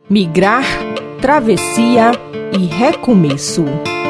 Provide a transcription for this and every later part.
Migrar, travessia e recomeço.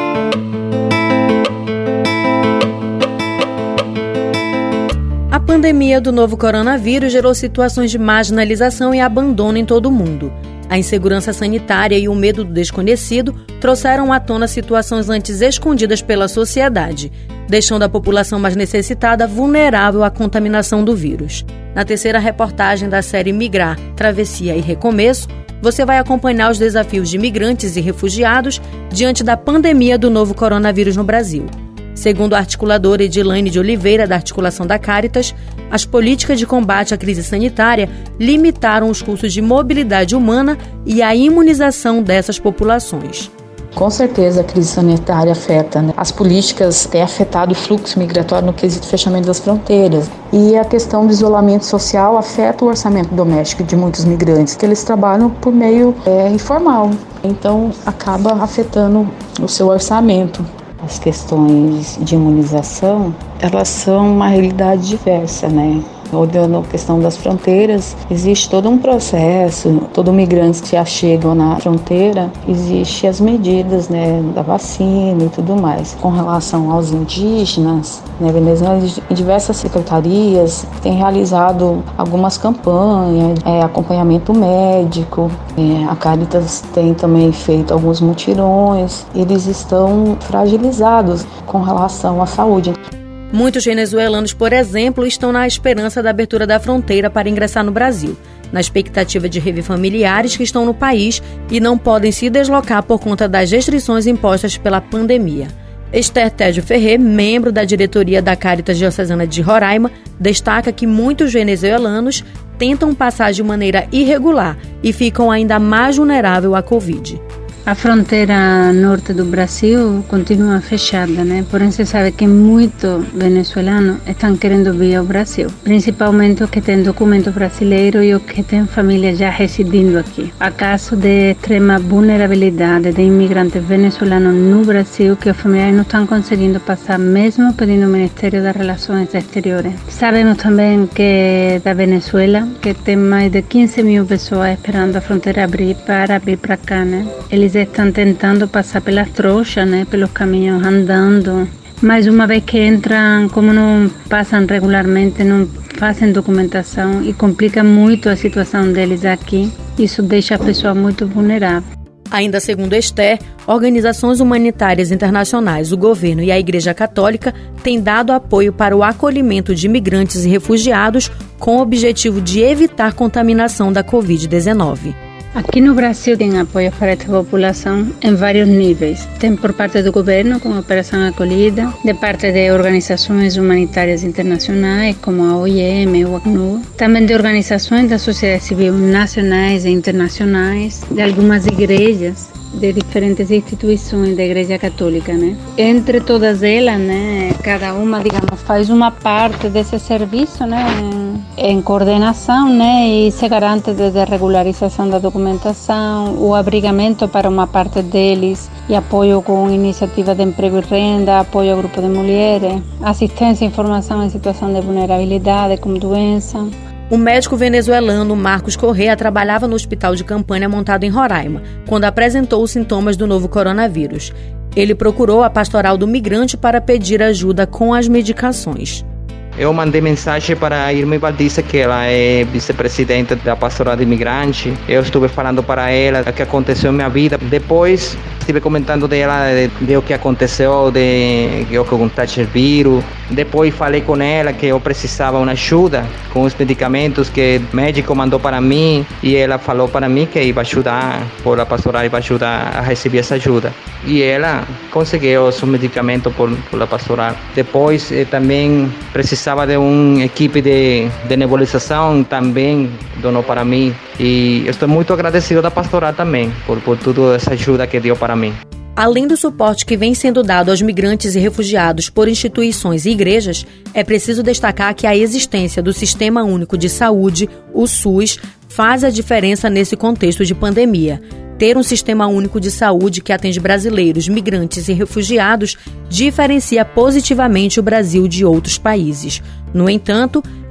A pandemia do novo coronavírus gerou situações de marginalização e abandono em todo o mundo. A insegurança sanitária e o medo do desconhecido trouxeram à tona situações antes escondidas pela sociedade, deixando a população mais necessitada vulnerável à contaminação do vírus. Na terceira reportagem da série Migrar, Travessia e Recomeço, você vai acompanhar os desafios de migrantes e refugiados diante da pandemia do novo coronavírus no Brasil. Segundo a articuladora Edilane de Oliveira, da Articulação da Cáritas, as políticas de combate à crise sanitária limitaram os custos de mobilidade humana e a imunização dessas populações. Com certeza a crise sanitária afeta, né? As políticas têm afetado o fluxo migratório no quesito fechamento das fronteiras. E a questão do isolamento social afeta o orçamento doméstico de muitos migrantes, que eles trabalham por meio informal. Então acaba afetando o seu orçamento. As questões de imunização, elas são uma realidade diversa, né? Olhando a questão das fronteiras, existe todo um processo, todo migrante que já chegam na fronteira, existe as medidas, né, da vacina e tudo mais. Com relação aos indígenas, né, Venezuela, em diversas secretarias têm realizado algumas campanhas, acompanhamento médico, a Cáritas tem também feito alguns mutirões, eles estão fragilizados com relação à saúde. Muitos venezuelanos, por exemplo, estão na esperança da abertura da fronteira para ingressar no Brasil, na expectativa de rever familiares que estão no país e não podem se deslocar por conta das restrições impostas pela pandemia. Esther Tejo Ferrer, membro da diretoria da Cáritas Diocesana de Roraima, destaca que muitos venezuelanos tentam passar de maneira irregular e ficam ainda mais vulneráveis à Covid. A fronteira norte do Brasil continua fechada, né? Porém, se sabe que muitos venezuelanos estão querendo vir ao Brasil, principalmente os que têm documento brasileiro e os que têm família já residindo aqui. Há casos de extrema vulnerabilidade de imigrantes venezuelanos no Brasil que os familiares não estão conseguindo passar, mesmo pedindo o Ministério das Relações Exteriores. Sabemos também que da Venezuela, que tem mais de 15 mil pessoas esperando a fronteira abrir para vir para cá, né? Eles estão tentando passar pelas trouxas, né, pelos caminhos andando. Mas uma vez que entram, como não passam regularmente, não fazem documentação e complica muito a situação deles aqui. Isso deixa a pessoa muito vulnerável. Ainda segundo Esther, organizações humanitárias internacionais, o governo e a Igreja Católica têm dado apoio para o acolhimento de imigrantes e refugiados com o objetivo de evitar contaminação da Covid-19. Aqui no Brasil tem apoio para esta população em vários níveis. Tem por parte do governo, com a Operação Acolhida, de parte de organizações humanitárias internacionais, como a OIM, o ACNUR, também de organizações da sociedade civil nacionais e internacionais, de algumas igrejas, de diferentes instituições da Igreja Católica, né? Entre todas elas, né, cada uma, digamos, faz uma parte desse serviço, né, em coordenação, né, e se garante desde a regularização da documentação, o abrigamento para uma parte deles e apoio com iniciativa de emprego e renda, apoio ao grupo de mulheres, assistência e informação em situação de vulnerabilidade, como doença. O médico venezuelano Marcos Correa trabalhava no hospital de campanha montado em Roraima, quando apresentou os sintomas do novo coronavírus. Ele procurou a pastoral do migrante para pedir ajuda com as medicações. Eu mandei mensagem para a irmã Valdice, que ela é vice-presidente da pastoral de imigrante. Eu estive falando para ela o que aconteceu em minha vida. Depois estive comentando dela de o que aconteceu, de eu contraí o vírus. Depois falei com ela que eu precisava de uma ajuda com os medicamentos que o médico mandou para mim. E ela falou para mim que ia ajudar, por a pastoral ia ajudar a receber essa ajuda. E ela conseguiu os medicamentos por a pastoral. Depois também precisava de uma equipe de nebulização, também donou para mim. E eu estou muito agradecido da pastoral também por toda essa ajuda que deu para mim. Além do suporte que vem sendo dado aos migrantes e refugiados por instituições e igrejas, é preciso destacar que a existência do Sistema Único de Saúde, o SUS, faz a diferença nesse contexto de pandemia. Ter um sistema único de saúde que atende brasileiros, migrantes e refugiados diferencia positivamente o Brasil de outros países. No entanto,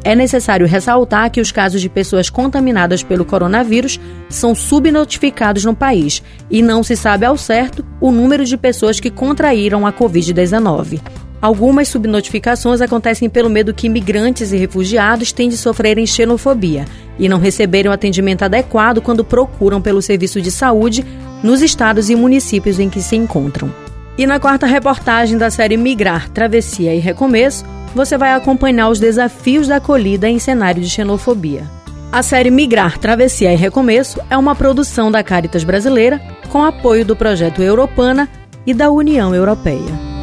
É necessário ressaltar que os casos de pessoas contaminadas pelo coronavírus são subnotificados no país e não se sabe ao certo o número de pessoas que contraíram a Covid-19. Algumas subnotificações acontecem pelo medo que imigrantes e refugiados têm de sofrerem xenofobia e não receberem o atendimento adequado quando procuram pelo serviço de saúde nos estados e municípios em que se encontram. E na quarta reportagem da série Migrar, Travessia e Recomeço, você vai acompanhar os desafios da acolhida em cenário de xenofobia. A série Migrar, Travessia e Recomeço é uma produção da Caritas Brasileira com apoio do projeto Europana e da União Europeia.